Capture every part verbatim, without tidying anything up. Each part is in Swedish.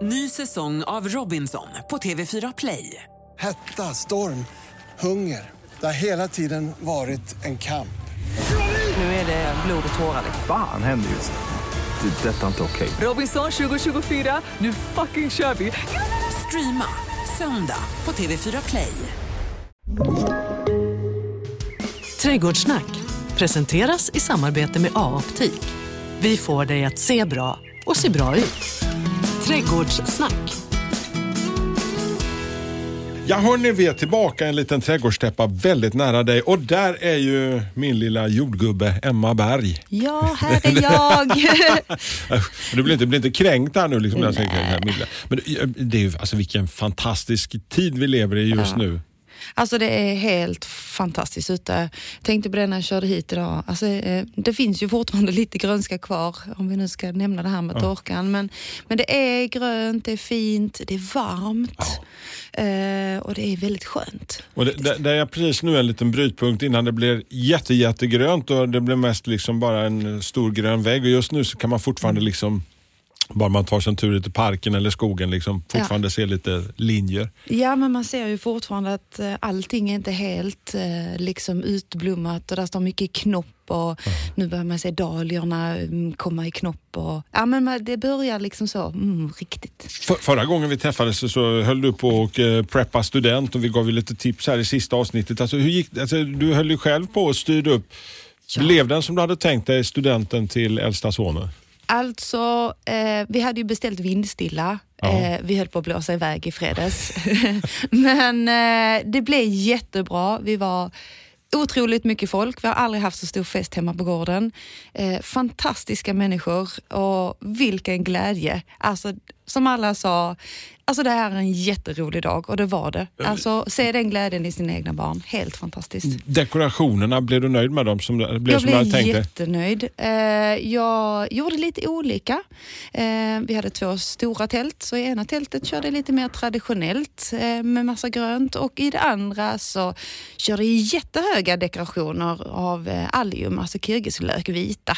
Ny säsong av Robinson på T V fyra Play. Hetta, storm, hunger. Det har hela tiden varit en kamp. Nu är det blod och tårar. Fan händer just det. Det är detta inte okej. Robinson tjugo tjugofyra, nu fucking kör vi. Streama söndag på T V fyra Play. Trädgårdssnack presenteras i samarbete med A-optik. Vi får dig att se bra och se bra ut. Trädgårdssnack. Ja, hörni, vi är tillbaka en liten trädgårdstäppa väldigt nära dig. Och där är ju min lilla jordgubbe Emma Berg. Ja, här är jag. Du blir inte, blir inte kränkt här nu liksom, när jag säger det här, Milla. Men det är ju, alltså vilken fantastisk tid vi lever i just ja. nu. Alltså det är helt fantastiskt ute. Jag tänkte på det när jag körde hit idag. Alltså, eh, det finns ju fortfarande lite grönska kvar, om vi nu ska nämna det här med ja. torkan. Men, men det är grönt, det är fint, det är varmt ja. eh, och det är väldigt skönt. Och det, det, det är precis nu en liten brytpunkt innan det blir jätte, jättegrönt och det blir mest liksom bara en stor grön vägg. Och just nu så kan man fortfarande liksom, bara man tar sig en tur ut i parken eller skogen liksom, fortfarande ja. se lite linjer. Ja, men man ser ju fortfarande att uh, allting är inte helt uh, liksom utblommat och där står mycket knopp och mm. nu börjar man se dahliorna um, komma i knopp och ja, men det börjar liksom så mm, riktigt. För, förra gången vi träffades så, så höll du på att uh, preppa student och vi gav ju lite tips här i sista avsnittet. Alltså, hur gick, alltså, du höll ju själv på att styra upp. Ja. Blev den som du hade tänkt dig studenten till äldsta sonen? Alltså, eh, vi hade ju beställt vindstilla. Eh, vi höll på att blåsa iväg i fredags. Men eh, det blev jättebra. Vi var otroligt mycket folk. Vi har aldrig haft så stor fest hemma på gården. Eh, fantastiska människor och vilken glädje. Alltså, som alla sa, alltså det här är en jätterolig dag och det var det. Alltså se den glädjen i sina egna barn. Helt fantastiskt. Dekorationerna, blev du nöjd med dem? Som, blev jag som blev jag tänkte? jättenöjd. Eh, jag gjorde lite olika. Eh, vi hade två stora tält. Så i ena tältet körde jag lite mer traditionellt eh, med massa grönt. Och i det andra så körde jag jättehöga dekorationer av eh, allium, alltså kirgislök vita.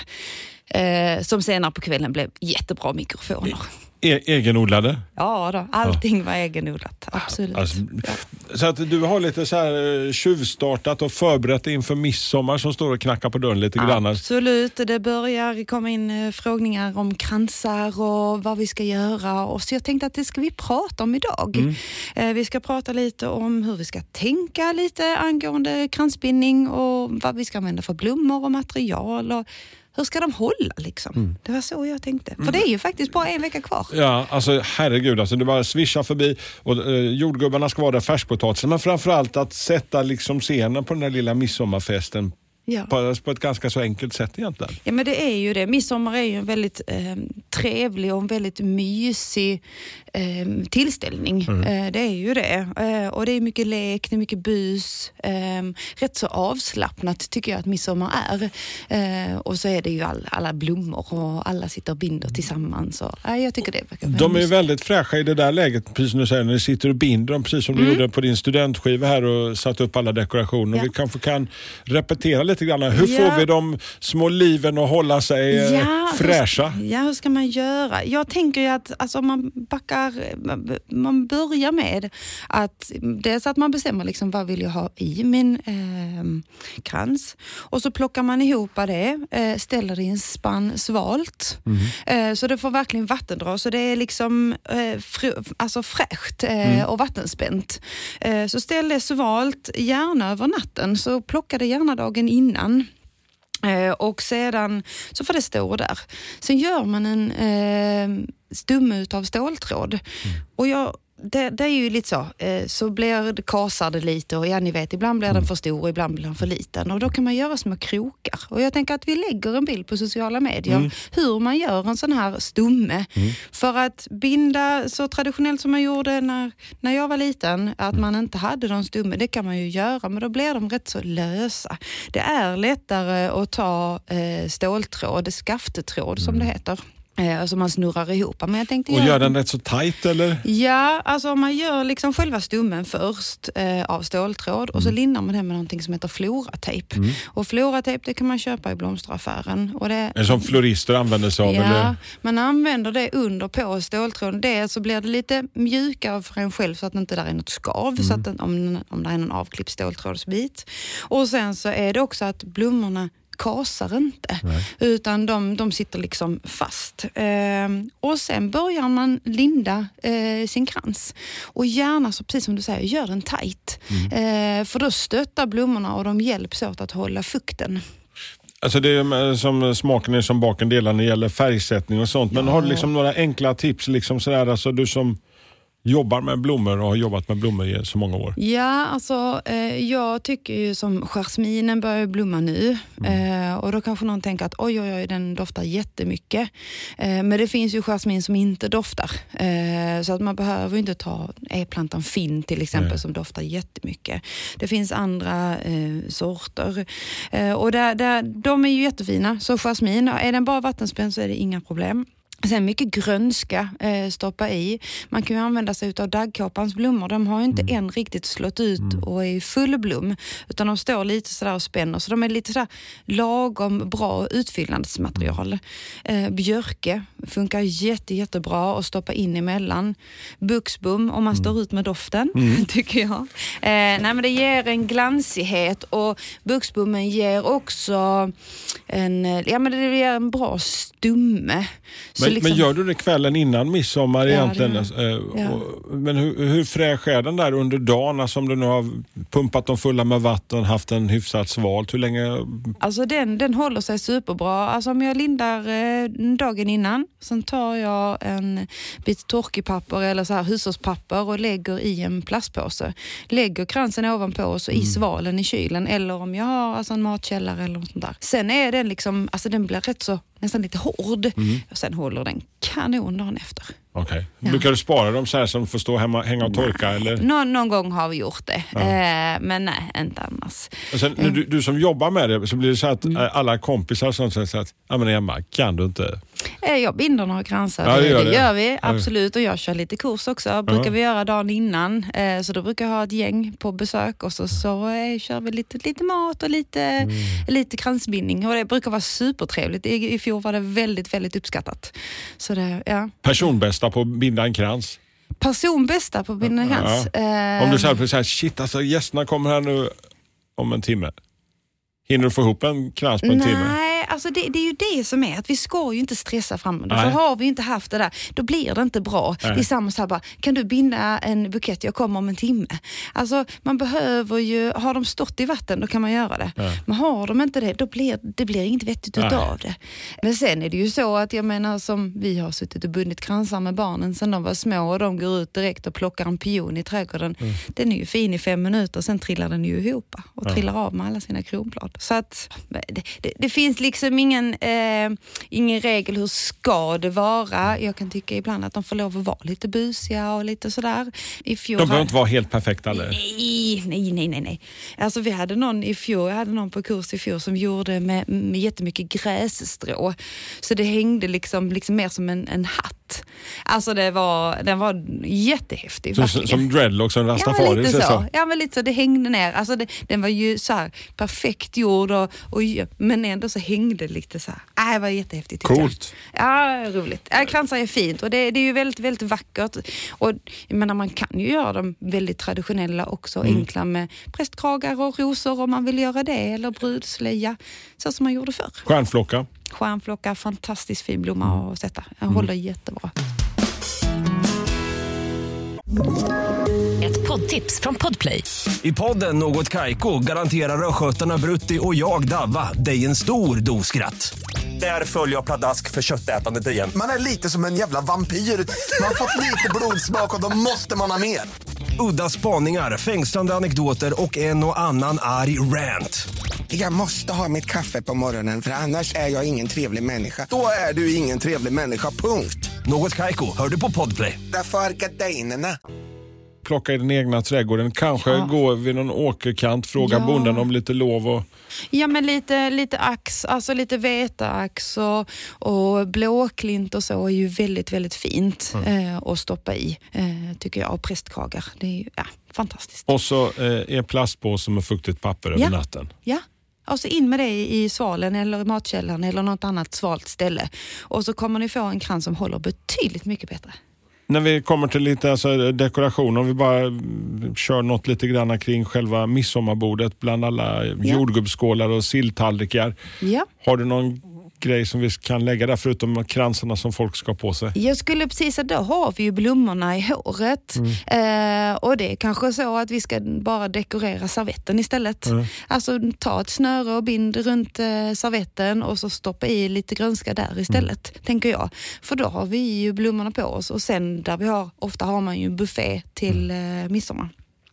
Eh, som senare på kvällen blev jättebra mikrofoner. E- egenodlade? Ja då, allting ja. var egenodlat, absolut. Alltså, ja. Så att du har lite så här tjuvstartat och förberett inför midsommar som står och knackar på dörren lite grann. Absolut, det börjar komma in frågningar om kransar och vad vi ska göra. Och så jag tänkte att det ska vi prata om idag. Mm. Eh, vi ska prata lite om hur vi ska tänka lite angående kransbindning och vad vi ska använda för blommor och material och hur ska de hålla liksom? Mm. Det var så jag tänkte. För det är ju faktiskt bara en vecka kvar. Ja, alltså herregud. Alltså, det bara svischa förbi och eh, jordgubbarna ska vara där, färskpotatisen. Men framförallt att sätta liksom scenen på den här lilla midsommarfesten. Ja. På, på ett ganska så enkelt sätt egentligen. Ja, men det är ju det. Midsommar är ju en väldigt eh, trevlig och en väldigt mysig eh, tillställning. Mm. Eh, det är ju det. Eh, och det är mycket lek, det är mycket bus. Eh, rätt så avslappnat tycker jag att midsommar är. Eh, och så är det ju all, alla blommor och alla sitter och binder tillsammans. Och, eh, jag tycker det verkar de är ju väldigt fräscha i det där läget, precis som du säger, när du sitter och binder dem, precis som mm. du gjorde på din studentskiva här och satt upp alla dekorationer. Ja. Vi kanske kan repetera lite grann. Hur ja. får vi de små liven att hålla sig ja, fräscha? Hur, ja, hur ska man göra? Jag tänker ju att alltså, man backar, man börjar med att dels att man bestämmer liksom, vad vill jag ha i min eh, krans. Och så plockar man ihop det, eh, ställer det i en spann svalt. Mm. Eh, så det får verkligen vattendra. Så det är liksom eh, fr- alltså fräscht eh, mm. och vattenspänt. Eh, så ställ det svalt gärna över natten. Så plocka det gärna dagen innan. Eh, och sedan så får det stå där. Sen gör man en eh, stumme utav ståltråd. Mm. Och jag, det, det är ju lite så. Eh, så blir det, kasar det lite och ja, ni vet, ibland blir den för stor och ibland blir den för liten. Och då kan man göra små krokar. Och jag tänker att vi lägger en bild på sociala medier. Mm. Hur man gör en sån här stumme. Mm. För att binda så traditionellt som man gjorde när, när jag var liten. Att man inte hade någon stumme. Det kan man ju göra. Men då blir de rätt så lösa. Det är lättare att ta eh, ståltråd, skaftetråd som det heter. Eh, så man snurrar ihop. Men jag tänkte och göra... gör den rätt så tajt eller? Ja, alltså om man gör liksom själva stummen först eh, av ståltråd och så Mm. lindar man den med någonting som heter floratejp. Mm. Och floratejp det kan man köpa i blomsteraffären. Och det, En som florister använder sig av? ja, eller? man använder det under på ståltråden. Det så blir det lite mjukare för en själv så att det inte där är något skav. Mm. Så att den, om, om det är någon avklippt ståltrådsbit. Och sen så är det också att blommorna kasar inte, Nej. utan de, de sitter liksom fast. Eh, och sen börjar man linda eh, sin krans. Och gärna, så precis som du säger, gör den tajt. Mm. Eh, för då stöttar blommorna och de hjälps åt att hålla fukten. Alltså det är som smaken är som baken delar när det gäller färgsättning och sånt. Men Ja. har du liksom några enkla tips liksom sådär, alltså du som jobbar med blommor och har jobbat med blommor i så många år? Ja, alltså eh, jag tycker ju som jasminen börjar blomma nu. Mm. Eh, och då kanske någon tänker att oj, oj, oj, den doftar jättemycket. Eh, men det finns ju jasmin som inte doftar. Eh, så att man behöver ju inte ta e-plantan fin till exempel. Nej. Som doftar jättemycket. Det finns andra eh, sorter. Eh, och där, där, de är ju jättefina. Så jasmin, är den bara vattenspänd så är det inga problem. Sen mycket grönska eh, stoppa i. Man kan ju använda sig av daggkåpans blommor. De har ju inte mm. än riktigt slått ut mm. och är i full blom. Utan de står lite sådär och spänner. Så de är lite sådär lagom bra utfyllnadsmaterial. Eh, björke funkar jätte, jättebra att stoppa in emellan. Buxbom om man mm. står ut med doften, mm. tycker jag. Eh, nej men det ger en glansighet och buxbommen ger också en, ja, men det ger en bra stumme. Så Men, liksom, men gör du det kvällen innan midsommar ja, egentligen? Det, eh, ja. och, men hur, hur fräsch är den där under dagen? Alltså om du nu har pumpat dem fulla med vatten, haft en hyfsat svalt, hur länge? Alltså den, den håller sig superbra. Alltså om jag lindar eh, dagen innan, sen tar jag en bit torkepapper eller så här hushållspapper och lägger i en plastpåse. Lägger kransen ovanpå och så i svalen i kylen, eller om jag har alltså en matkällare eller något sånt där. Sen är den liksom, alltså den blir rätt så nästan lite hård. Mm. Och sen håller den kanon dagen efter. Okej. Okay. Ja. Brukar du spara dem så här som får stå hemma, hänga och torka? Eller? Nå, någon gång har vi gjort det. Ja. Eh, men nej, inte annars. Och sen, när du, du som jobbar med det, så blir det så att mm. alla kompisar som säger att ja men Emma, kan du inte? Eh, jag binder några kransar. Ja, det, gör det, det gör vi, absolut. Och jag kör lite kurs också. Brukar ja. vi göra dagen innan. Eh, så då brukar jag ha ett gäng på besök. Och så, så eh, kör vi lite, lite mat och lite, mm. lite kransbindning. Och det brukar vara supertrevligt. I, i fjol var det väldigt, väldigt uppskattat. Så det, ja. Personbästa på binda en krans? Personbästa på binda en krans? Ja. Eh, Om du säger så här, shit alltså gästerna kommer här nu om en timme. Hinner du få ihop en krans på en nej, timme? Nej, alltså det, det är ju det som är att vi ska ju inte stressa fram det. Nej. För har vi inte haft det där, då blir det inte bra. Nej. Det är samma så här bara, kan du binda en bukett, jag kommer om en timme. Alltså man behöver ju, har de stått i vatten då kan man göra det. Nej. Men har de inte det, då blir det blir inget vettigt utav det. Men sen är det ju så att jag menar som vi har suttit och bundit kransar med barnen sedan de var små och de går ut direkt och plockar en pion i trädgården. Mm. Den är ju fin i fem minuter, sen trillar den ju ihop och ja. trillar av med alla sina kronblad. Så att det, det, det finns liksom ingen, eh, ingen regel hur ska det vara. Jag kan tycka ibland att de får lov att vara lite busiga och lite sådär. I fjol de behöver hade... inte vara helt perfekta eller? Nej, nej, nej, nej, nej. Alltså vi hade någon i fjol, jag hade någon på kurs i fjol som gjorde med, med jättemycket grässtrå. Så det hängde liksom, liksom mer som en, en hatt. Alltså det var, den var jättehäftig. Så, som dreadlocks, som rastafari? Ja, lite så. så. Ja, men lite så. Det hängde ner. Alltså det, den var ju så här perfekt gjord och, och, men ändå så hängde det lite så här. Äh, det var jättehäftigt. Coolt. Jag. Ja, roligt. Äh, kransar är fint och det, det är ju väldigt, väldigt vackert. Och jag menar, man kan ju göra dem väldigt traditionella också. Mm. Enkla med prästkragar och rosor om man vill göra det. Eller brudslöja. Så som man gjorde förr. Stjärnflocka. Stjärnflocka, fantastiskt fin blomma mm. att sätta. Jag mm. håller jättebra. Ett poddtips från Podplay. I podden Något Kaiko garanterar röskötarna Brutti och jag Davva dig en stor doskratt. Där följer jag pladask för köttätandet igen. Man är lite som en jävla vampyr. Man har fått lite blodsmak och då måste man ha mer. Udda spaningar, fängslande anekdoter och en och annan arg rant. Jag måste ha mitt kaffe på morgonen för annars är jag ingen trevlig människa. Då är du ingen trevlig människa, punkt. Något Kaiko, hör du på Podplay. Därför är gardinerna. plocka i den egna trädgården. Kanske Ja. gå vid någon åkerkant, fråga Ja. bonden om lite lov. Och... Ja, men lite, lite ax, alltså lite vetaax och, och blåklint och så är ju väldigt, väldigt fint mm. eh, att stoppa i, eh, tycker jag. Och prästkragar, det är ju ja, fantastiskt. Och så eh, är plastpåse med fuktigt papper Ja. över natten. Ja. Och så in med det i svalen eller i matkällan eller något annat svalt ställe. Och så kommer ni få en krans som håller betydligt mycket bättre. När vi kommer till lite alltså, dekoration, om vi bara kör något lite grann kring själva midsommarbordet bland alla Ja. jordgubbsskålar och silltallrikar. Ja. Har du någon grej som vi kan lägga där förutom kransarna som folk ska på sig? Jag skulle precis säga, då har vi ju blommorna i håret. Mm. Eh, och det är kanske så att vi ska bara dekorera servetten istället. Mm. Alltså ta ett snöre och bind runt eh, servetten och så stoppa i lite grönska där istället, mm. tänker jag. För då har vi ju blommorna på oss och sen där vi har, ofta har man ju en buffé till eh, midsommar.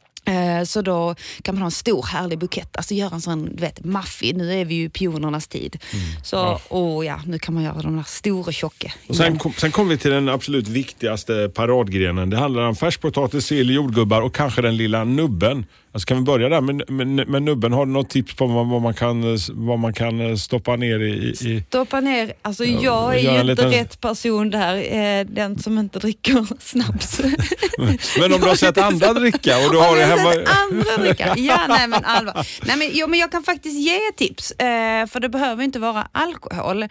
Så då kan man ha en stor härlig bukett, alltså göra en sån, du vet, maffig. Nu är vi ju pionernas tid. Mm. Så, ja. Och ja, nu kan man göra de där stora tjocka. Och sen, kom, sen kommer vi till den absolut viktigaste paradgrenen. Det handlar om färskpotatis, sill, jordgubbar och kanske den lilla nubben. Alltså kan vi börja där med, med, med nubben? Har du något tips på vad, vad, man, kan, vad man kan stoppa ner i? i... Stoppa ner, alltså jag ja, är ju inte liten... rätt person där, eh, den som inte dricker snaps. Men om du har sett andra dricka och du har det hemma... andra dricka, ja nej men allvar. Nej men, jo, men jag kan faktiskt ge tips, eh, för det behöver inte vara alkohol.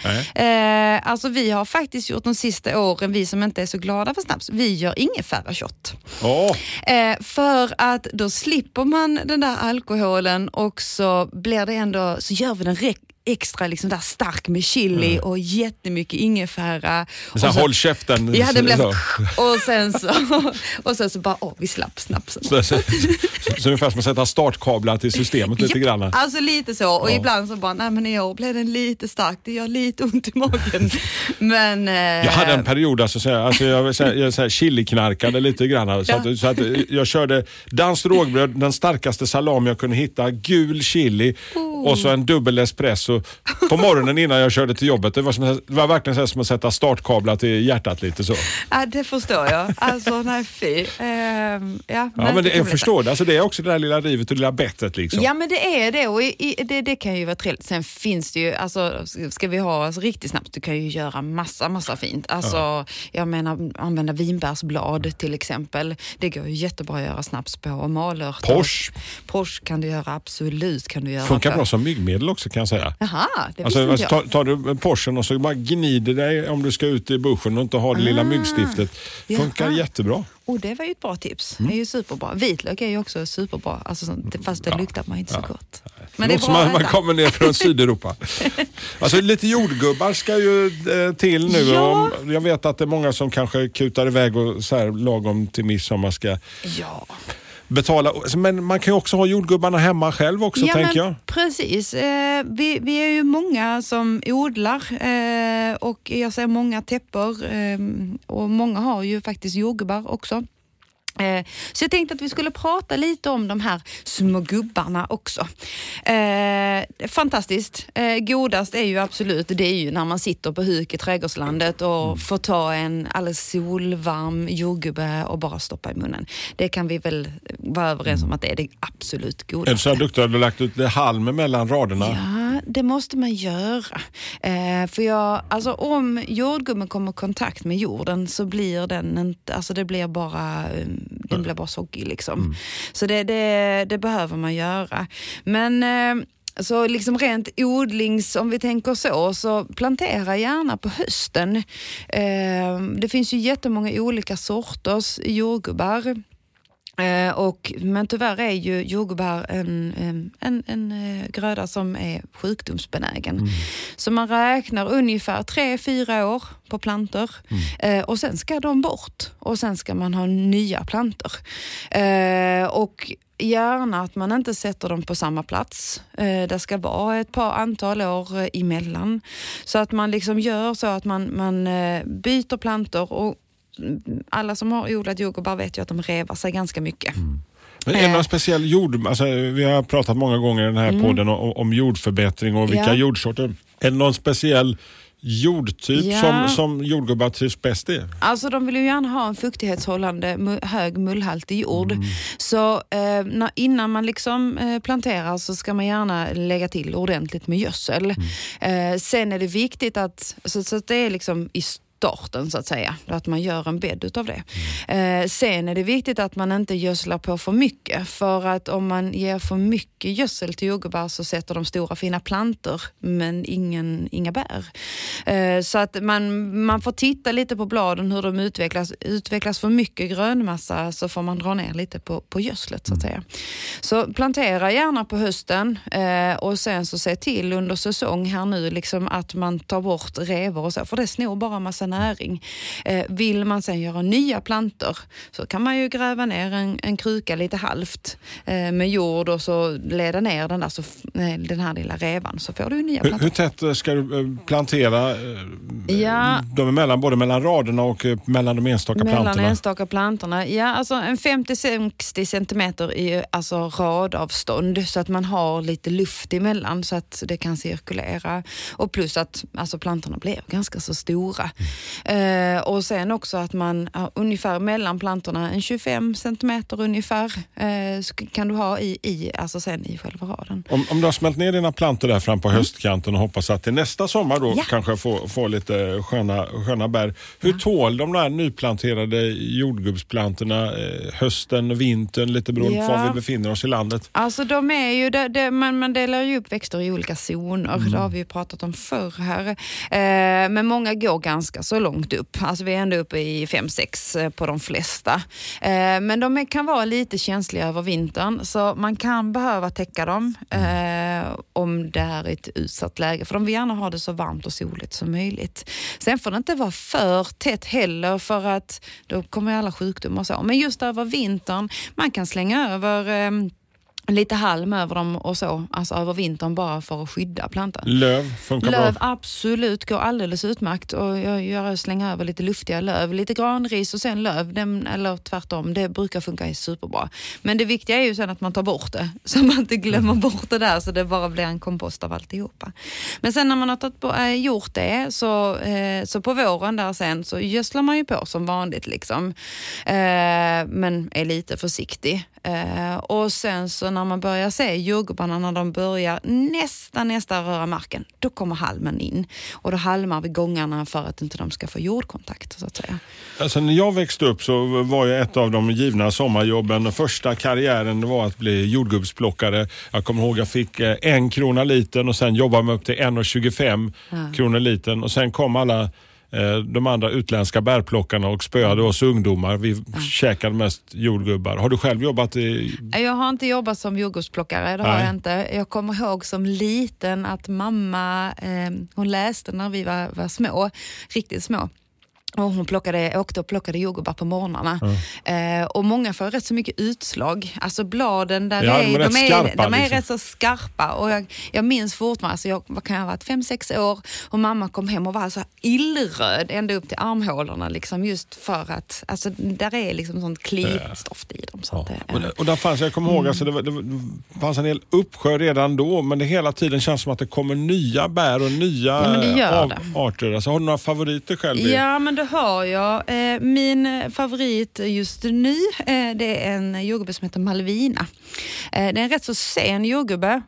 Eh, alltså vi har faktiskt gjort de sista åren, vi som inte är så glada för snaps, vi gör ingefära shot. Oh. Eh, för att då slipper man den där alkoholen och så blir det ändå, så gör vi den rätt extra liksom där stark med chili mm. och jättemycket ingefära. Så, och så håll käften. Ja, det blev så. Och sen så och sen så bara, åh, vi slapp snapsen. Så, så, så, så ungefär som att sätta startkablar till systemet lite ja, grann. Alltså lite så. Och ja. Ibland så bara, nej men i år blev den lite stark. Det gör lite ont i magen. Men... Eh... Jag hade en period, alltså, så, alltså jag, så, jag så, chili-knarkade lite grann. Så, ja. att, så att jag körde danskt rågbröd, den starkaste salam jag kunde hitta, gul chili oh. och så en dubbel espresso på morgonen innan jag körde till jobbet. Det var, som, det var verkligen så som att sätta startkablar till hjärtat lite så. Ja, det förstår jag. Alltså, nej fy. Ehm, ja, ja, men det, jag förstår det. Alltså, det är också det där lilla rivet och det lilla bettet liksom. Ja, men det är det. Och i, i, det, det kan ju vara trevligt. Sen finns det ju, alltså, ska vi ha alltså, riktigt snabbt, du kan ju göra massa, massa fint. Alltså, ja. Jag menar, använda vinbärsblad till exempel. Det går ju jättebra att göra snaps på och malört. Pors. Pors kan du göra, absolut kan du göra. Funkar på. Bra som myggmedel också kan jag säga. Jaha, det alltså, visste alltså, jag. tar, tar du Porschen och så bara gnider dig om du ska ut i buschen och inte ha det ah, lilla myggstiftet. Funkar jaha. Jättebra. Och det var ju ett bra tips. Mm. Det är ju superbra. Vitlök är ju också superbra. Alltså, fast det ja. Luktar man inte ja. Så gott. Men det är bra man, man kommer ner från Sydeuropa. Alltså lite jordgubbar ska ju eh, till nu. Ja. Om, jag vet att det är många som kanske kutar iväg och så här lagom till midsommar ska... Ja. Betala. Men man kan ju också ha jordgubbarna hemma själv också, ja, tänker jag. Precis. Eh, vi, vi är ju många som odlar eh, och jag ser många täppor eh, och många har ju faktiskt jordgubbar också. Eh, så jag tänkte att vi skulle prata lite om de här små gubbarna också. Eh, fantastiskt. Eh, godast är ju absolut, det är ju när man sitter på huk i trädgårdslandet och mm. får ta en alldeles solvarm jordgubbe och bara stoppa i munnen. Det kan vi väl vara överens om att det är det absolut godaste. Är du så duktig att du har lagt ut det halm mellan raderna? Ja, det måste man göra. Eh, för jag, alltså om jordgubben kommer i kontakt med jorden så blir den inte, alltså det blir bara den blir bara soggig liksom. Mm. Så det, det, det behöver man göra. Men eh, så liksom rent odlings, om vi tänker så, så plantera gärna på hösten. Eh, det finns ju jättemånga olika sorters jordgubbar. Eh, och, men tyvärr är ju jordgubbar en, en, en, en gröda som är sjukdomsbenägen. Mm. Så man räknar ungefär tre, fyra år på plantor. Mm. Eh, och sen ska de bort. Och sen ska man ha nya plantor. Eh, och gärna att man inte sätter dem på samma plats. Eh, det ska vara ett par antal år eh, emellan. Så att man liksom gör så att man, man eh, byter plantor och alla som har odlat jordgubbar vet ju att de revar sig ganska mycket. Mm. Men är det någon speciell jord, alltså, vi har pratat många gånger i den här mm. podden om, om jordförbättring och vilka ja. Jordsorter. Är det någon speciell jordtyp Ja. som, som jordgubbar trivs bäst i? Alltså de vill ju gärna ha en fuktighetshållande mu- hög mullhaltig jord. Mm. Så eh, när, innan man liksom eh, planterar så ska man gärna lägga till ordentligt med gödsel. Mm. Eh, sen är det viktigt att, så, så att det är liksom i starten så att säga, att man gör en bädd utav det. Mm. Eh, sen är det viktigt att man inte gödslar på för mycket, för att om man ger för mycket gödsel till jordgubbar så sätter de stora fina plantor men ingen, inga bär. Eh, så att man, man får titta lite på bladen hur de utvecklas. Utvecklas för mycket grönmassa så får man dra ner lite på, på gödslet så att säga. Så plantera gärna på hösten eh, och sen så se till under säsong här nu liksom att man tar bort revor och så, för det snor bara massa näring. Eh, vill man sen göra nya plantor så kan man ju gräva ner en, en kruka lite halvt eh, med jord och så leda ner den där så, nej, den här lilla revan så får du nya Hur, plantor. hur tätt ska du plantera eh, Ja. de emellan, både mellan raderna och eh, mellan de enstaka Mellan plantorna? enstaka plantorna. Ja, alltså en femtio till sextio centimeter i alltså radavstånd så att man har lite luft emellan så att det kan cirkulera. Och plus att alltså plantorna blir ganska så stora. Mm. Eh, och sen också att man ja, ungefär mellan plantorna en tjugofem centimeter ungefär eh, så kan du ha i, i alltså sen i själva raden. Om, om du har smält ner dina plantor där fram på mm. höstkanten och hoppas att till nästa sommar då ja. kanske få, få lite sköna, sköna bär. Hur ja. tål de där nyplanterade jordgubbsplantorna eh, hösten och vintern lite beroende ja. på var vi befinner oss i landet? Alltså de är ju, det, det, man, man delar ju upp växter i olika zoner. Mm. Det har vi ju pratat om förr här. Eh, men många går ganska så långt upp. Alltså vi är ändå uppe i fem sex på de flesta. Eh, men de är, kan vara lite känsliga över vintern så man kan behöva täcka dem eh, om det är ett utsatt läge. För de vill gärna ha det så varmt och soligt som möjligt. Sen får det inte vara för tätt heller för att då kommer alla sjukdomar och så. Men just över vintern, man kan slänga över eh, lite halm över dem och så, alltså över vintern bara för att skydda plantan. Löv funkar löv, bra? Absolut, går alldeles utmärkt och jag gör slänger över lite luftiga löv, lite granris och sen löv, den, eller tvärtom, det brukar funka superbra. Men det viktiga är ju sen att man tar bort det, så man inte glömmer bort det där så det bara blir en kompost av alltihopa. Men sen när man har tagit på, äh, gjort det så, äh, så på våren där sen så gödslar man ju på som vanligt liksom. Äh, men är lite försiktig. Uh, och sen så när man börjar se jordgubbarna när de börjar nästan nästan röra marken, då kommer halmen in och då halmar vi gångarna för att inte de ska få jordkontakt så att säga. Alltså när jag växte upp så var jag ett av de givna sommarjobben. Första karriären var att bli jordgubbsplockare. Jag kommer ihåg jag fick en krona liten och sen jobbade mig upp till en och tjugofem ja. kronor liten och sen kom alla de andra utländska bärplockarna och spöade oss ungdomar. Vi ja. käkade mest jordgubbar. Har du själv jobbat i... Jag har inte jobbat som jordgubbsplockare, det har jag inte. Jag kommer ihåg som liten att mamma, eh, hon läste när vi var, var små, riktigt små. Och hon plockade, åkte och plockade jordgubbar på morgnarna. Mm. Eh, och många får rätt så mycket utslag. Alltså bladen där ja, är, de, är, de är, skarpa, de är liksom. rätt så skarpa. Och jag, jag minns fortfarande, alltså jag, vad kan jag ha varit, fem, sex år. Och mamma kom hem och var så illröd ända upp till armhålorna. Liksom, just för att, alltså där är liksom sånt klirstoft i dem. Så ja. att det, ja. och, där, och där fanns, jag kommer ihåg, mm. alltså det, var, det fanns en hel uppsjö redan då. Men det hela tiden känns som att det kommer nya bär och nya ja, av, arter. Alltså, har du några favoriter själv? Ja, men det har jag. Min favorit just nu det är en jordgubbe som heter Malvina. Det är en rätt så sen jordgubbe,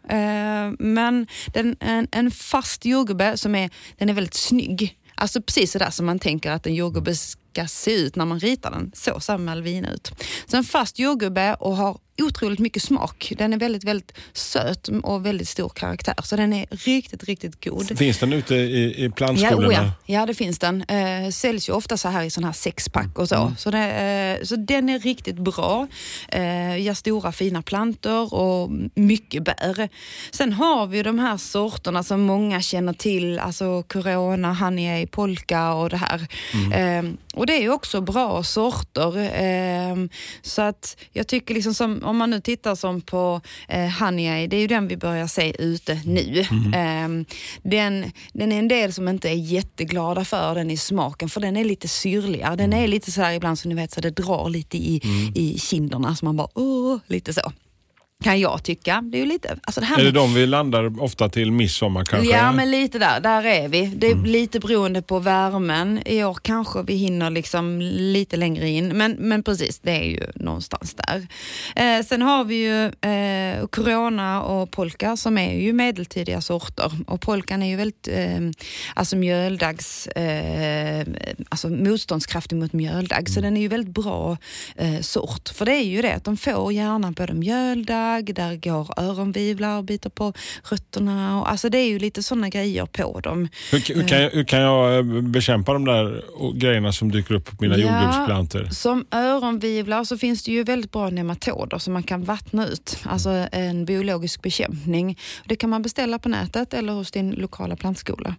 men den, en, en fast jordgubbe som är, den är väldigt snygg. Alltså precis så där som man tänker att en jordgubbe ska se ut när man ritar den. Så ser Malvina ut. Så en fast jordgubbe och har otroligt mycket smak. Den är väldigt, väldigt söt och väldigt stor karaktär. Så den är riktigt, riktigt god. Finns den ute i, i plantskolorna? Ja, oh ja. ja, det finns den. Eh, säljs ju ofta så här i sån här sexpack och så. Mm. Så, det, eh, så den är riktigt bra. Eh, ger stora fina plantor och mycket bär. Sen har vi de här sorterna som många känner till. Alltså Corona, Honey, Polka och det här. Mm. Eh, och det är ju också bra sorter. Eh, så att jag tycker liksom som om man nu tittar som på eh, Honey, det är ju den vi börjar se ute nu. Mm. Eh, den, den är en del som inte är jätteglada för den i smaken, för den är lite syrligare. Den är lite så här ibland som ni vet så det drar lite i, mm. i kinderna så man bara åh, lite så. kan jag tycka. Det är ju lite... Alltså det här är det med... de vi landar ofta till midsommar kanske? Ja, men lite där. Där är vi. Det är Mm. lite beroende på värmen. I år kanske vi hinner liksom lite längre in. Men, men precis, det är ju någonstans där. Eh, sen har vi ju eh, Corona och polka som är ju medeltidiga sorter. Och polkan är ju väldigt eh, alltså mjöldags eh, alltså motståndskraftig mot mjöldag. Mm. Så den är ju väldigt bra eh, sort. För det är ju det att de får gärna både mjöldag, där går öronvivlar och biter på rötterna. Och, alltså det är ju lite sådana grejer på dem. Hur, hur, kan jag, hur kan jag bekämpa de där grejerna som dyker upp på mina ja, jordgubbsplantor? Som öronvivlar så finns det ju väldigt bra nematoder som man kan vattna ut. Alltså en biologisk bekämpning. Det kan man beställa på nätet eller hos din lokala plantskola.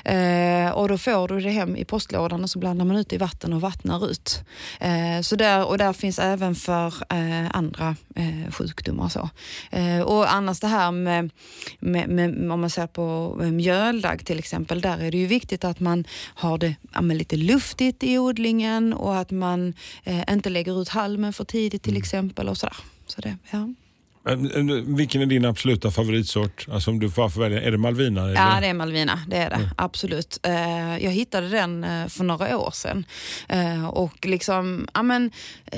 Eh, och då får du det hem i postlådan och så blandar man ut i vatten och vattnar ut. Eh, så där, och där finns även för eh, andra eh, sjukdomar och så. Eh, och annars det här med, med, med om man ser på mjöldag till exempel, där är det ju viktigt att man har det ja, med lite luftigt i odlingen och att man eh, inte lägger ut halmen för tidigt till exempel och sådär. Så det, ja. Vilken är din absoluta favoritsort? Alltså om du får välja, är det Malvina? Eller? Ja, det är Malvina, det är det, mm. absolut. Jag hittade den för några år sedan och liksom, ja men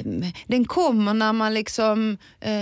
den kommer när man liksom,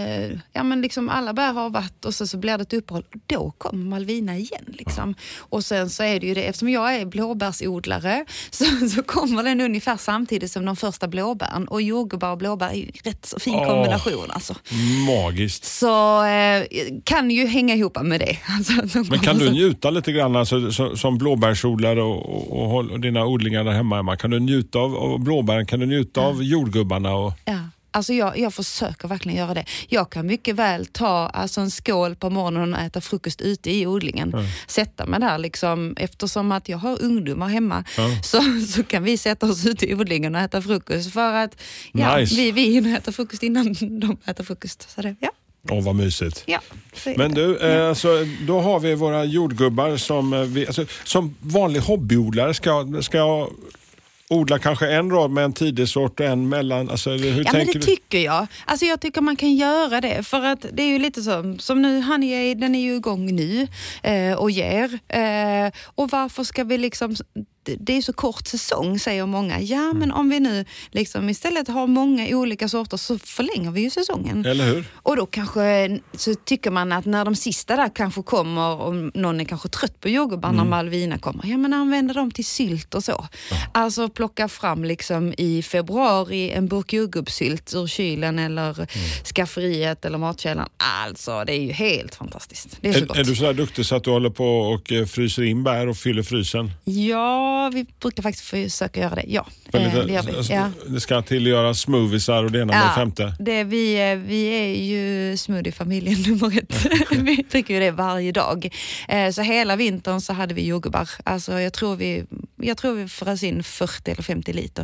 ja men liksom alla bär har varit och så, så blir det ett uppehåll. Då kommer Malvina igen liksom. Och sen så är det ju det, eftersom jag är blåbärsodlare så, så kommer den ungefär samtidigt som de första blåbären och jordgubbar och blåbär är ju rätt så fin kombination oh, alltså. Magiskt. Så eh, kan ju hänga ihop med det. Alltså, men kan du njuta lite grann alltså, så, som blåbärsodlare och, och, och, och dina odlingar där hemma, Emma? Kan du njuta av, av blåbären? Kan du njuta ja. av jordgubbarna? Och... Ja. Alltså jag, jag försöker verkligen göra det. Jag kan mycket väl ta alltså en skål på morgonen och äta frukost ute i odlingen. Mm. Sätta mig där liksom, eftersom att jag har ungdomar hemma mm. så, så kan vi sätta oss ute i odlingen och äta frukost för att ja, nice. vi, vi hinner äta frukost innan de äter frukost. Så det, ja. Åh, oh, vad mysigt. Ja, men du, eh, alltså, då har vi våra jordgubbar som, vi, alltså, som vanlig hobbyodlare ska, ska odla kanske en rad med en tidig sort och en mellan. Alltså, hur ja, tänker men det du? tycker jag. Alltså jag tycker man kan göra det. För att det är ju lite så, som nu, Honey, den är ju igång nu eh, och ger. Eh, och varför ska vi liksom... Det är så kort säsong, säger många. Ja, men om vi nu liksom istället har många olika sorter så förlänger vi ju säsongen. Eller hur? Och då kanske så tycker man att när de sista där kanske kommer och någon är kanske trött på jordgubbar mm. när Malvina kommer. Ja, men använder dem till sylt och så. Ja. Alltså plocka fram liksom i februari en burk jordgubbssylt ur kylen eller mm. skafferiet eller matkällan. Alltså, det är ju helt fantastiskt. Det är, så är, gott. Är du så där duktig så att du håller på och fryser in bär och fyller frysen? Ja, vi brukar faktiskt försöka göra det. Ja, lite, eh, det gör vi. Alltså, ja. Det ska till göra smoothiesar och det ena ja, med femte. Det, vi, vi är ju smoothie-familjen nummer ett. Vi dricker ju det varje dag. Eh, så hela vintern så hade vi jordgubbar. Alltså jag tror vi, jag tror vi frös in fyrtio eller femtio liter.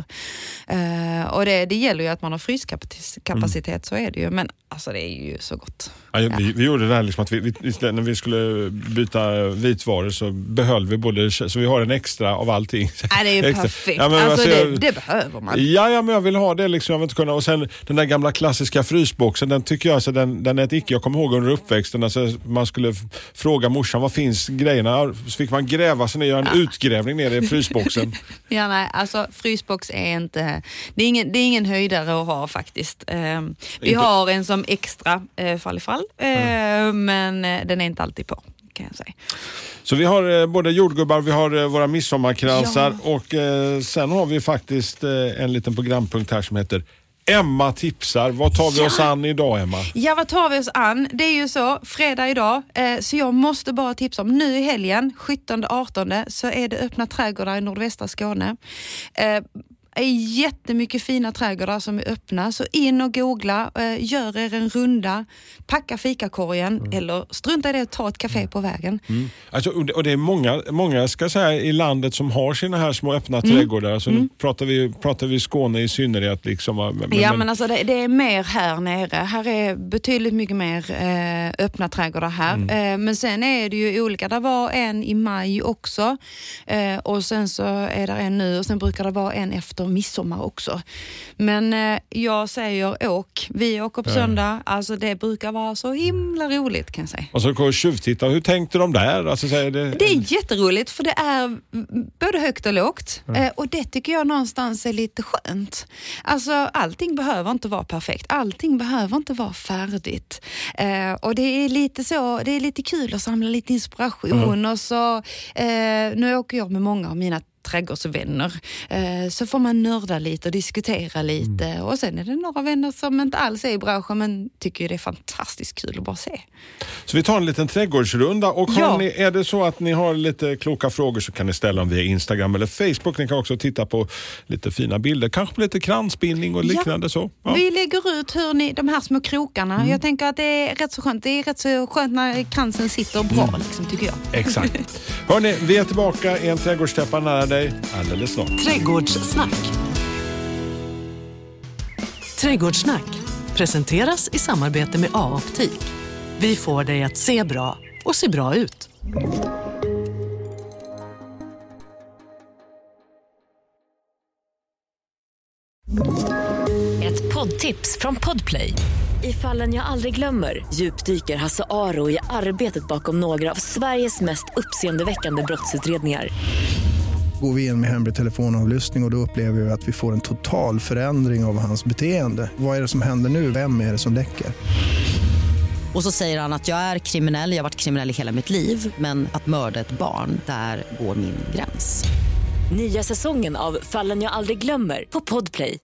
Eh, och det, det gäller ju att man har fryskapacitet, mm. så är det ju. Men alltså det är ju så gott. Ja, ja. Vi, vi gjorde det här liksom att vi, vi, när vi skulle byta vitvaror så behöll vi både, så vi har en extra av allting. Ja, det är ju perfekt. Ja, men, alltså, alltså, det, jag, det behöver man. Ja, ja, men jag vill ha det liksom. Jag vill inte kunna. Och sen den där gamla klassiska frysboxen, den tycker jag, alltså, den, den är ett icke. Jag kommer ihåg under uppväxten, alltså, man skulle f- fråga morsan, vad finns grejerna? Så fick man gräva sig ner, göra en ja. utgrävning ner i frysboxen. Ja, nej, alltså frysbox är inte, det är ingen, det är ingen höjdare att ha faktiskt. Eh, vi inte. har en som extra eh, fall i fall, eh, mm. men eh, den är inte alltid på, kan jag säga. Så vi har eh, både jordgubbar, vi har eh, våra midsommarkransar ja. och eh, sen har vi faktiskt eh, en liten programpunkt här som heter Emma tipsar. Vad tar vi ja. oss an idag, Emma? Ja, vad tar vi oss an? Det är ju så, fredag idag, eh, så jag måste bara tipsa om nu i helgen, sjuttonde artonde, så är det öppna trädgårdar i nordvästra Skåne. Eh, är jättemycket fina trädgårdar som är öppna, så in och googla, eh, gör er en runda, packa fikakorgen mm. eller strunta i det och ta ett café på vägen. Mm. Alltså, och det är många, många ska säga, i landet som har sina här små öppna mm. trädgårdar. Alltså, mm. nu pratar vi, pratar vi Skåne i synnerhet. Liksom, men, ja, men alltså det, det är mer här nere. Här är betydligt mycket mer eh, öppna trädgårdar här. Mm. Eh, men sen är det ju olika. Det var en i maj också. Eh, och sen så är det en nu och sen brukar det vara en efter midsommar också. Men eh, jag säger åk. Vi åker på söndag. Alltså det brukar vara så himla roligt kan jag säga. Och så går tjuvtitta. Hur tänkte de där? Alltså, säger det... det är jätteroligt för det är både högt och lågt. Mm. Eh, och det tycker jag någonstans är lite skönt. Alltså allting behöver inte vara perfekt. Allting behöver inte vara färdigt. Eh, och det är lite så, det är lite kul att samla lite inspiration. Mm. Och så, eh, nu åker jag med många av mina trädgårdsvänner. Eh, så får man nörda lite och diskutera lite. Mm. Och sen är det några vänner som inte alls är i branschen men tycker det är fantastiskt kul att bara se. Så vi tar en liten trädgårdsrunda. Och har ja. ni, är det så att ni har lite kloka frågor så kan ni ställa dem via Instagram eller Facebook. Ni kan också titta på lite fina bilder. Kanske på lite kransbindning och liknande. Ja. Så. Ja. Vi lägger ut hur ni, de här små krokarna. Mm. Jag tänker att det är rätt så skönt. Det är rätt så skönt när kransen sitter bra mm. liksom, tycker jag. Exakt. Hörrni, vi är tillbaka i en trädgårdstäppa nära dig alldeles snart. Trädgårdssnack. Trädgårdssnack presenteras i samarbete med A-optik. Vi får dig att se bra och se bra ut. Ett poddtips från Podplay. I Fallen jag aldrig glömmer djupdyker Hasse Aro i arbetet bakom några av Sveriges mest uppseendeväckande brottsutredningar. Går vi in med hemlig telefonavlyssning och då upplever vi att vi får en total förändring av hans beteende. Vad är det som händer nu? Vem är det som läcker? Och så säger han att jag är kriminell, jag har varit kriminell i hela mitt liv. Men att mörda ett barn, där går min gräns. Nya säsongen av Fallen jag aldrig glömmer på Podplay.